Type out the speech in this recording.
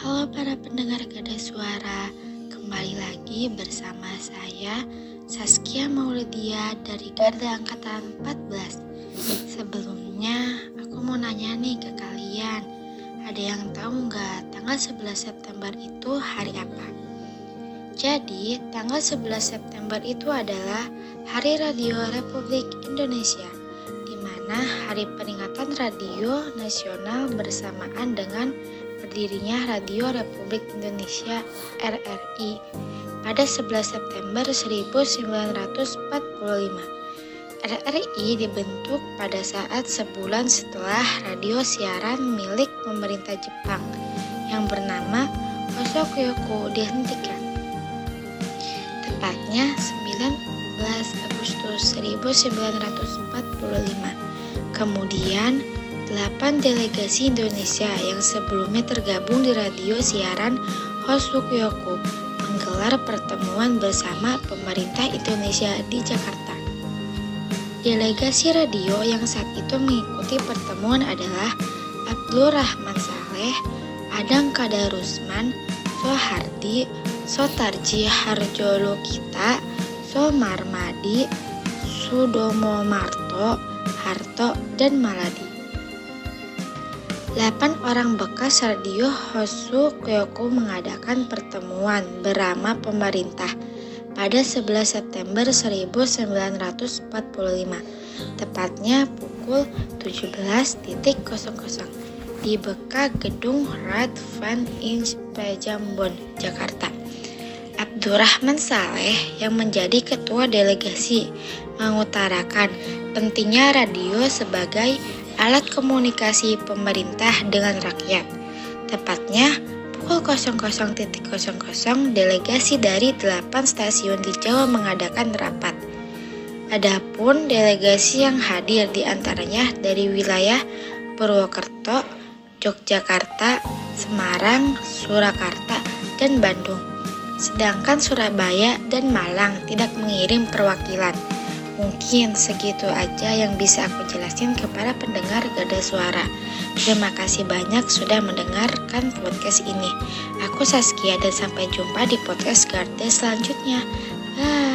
Halo para pendengar Gada Suara, kembali lagi bersama saya Saskia Maulidia dari Garda Angkatan 14. Sebelumnya aku mau nanya nih ke kalian, ada yang tahu nggak tanggal 11 September itu hari apa? Jadi tanggal 11 September itu adalah Hari Radio Republik Indonesia, di mana hari peringatan radio nasional bersamaan dengan berdirinya Radio Republik Indonesia RRI pada 11 September 1945. RRI dibentuk pada saat sebulan setelah radio siaran milik pemerintah Jepang yang bernama Kosokyoku dihentikan. Tepatnya 19 Agustus 1945. Kemudian 8 delegasi Indonesia yang sebelumnya tergabung di radio siaran Kosokyoku menggelar pertemuan bersama pemerintah Indonesia di Jakarta. Delegasi radio yang saat itu mengikuti pertemuan adalah Abdul Rahman Saleh, Adang Kadarusman, Soehardi, Sotarji Harjolukita, Somarmadi, Sudomo Marto, Harto, dan Maladi. 8 orang bekas radio Kosokyoku mengadakan pertemuan bersama pemerintah pada 11 September 1945, tepatnya pukul 17.00 di beka gedung Raad van Inspijambon, Jakarta. Abdurrahman Saleh yang menjadi ketua delegasi mengutarakan pentingnya radio sebagai alat komunikasi pemerintah dengan rakyat. Tepatnya pukul 00.00 delegasi dari 8 stasiun di Jawa mengadakan rapat. Adapun delegasi yang hadir diantaranya dari wilayah Purwokerto, Yogyakarta, Semarang, Surakarta, dan Bandung. Sedangkan Surabaya dan Malang tidak mengirim perwakilan. Mungkin segitu aja yang bisa aku jelasin kepada pendengar Gada Suara. Terima kasih banyak sudah mendengarkan podcast ini. Aku Saskia dan sampai jumpa di podcast Garda selanjutnya. Bye.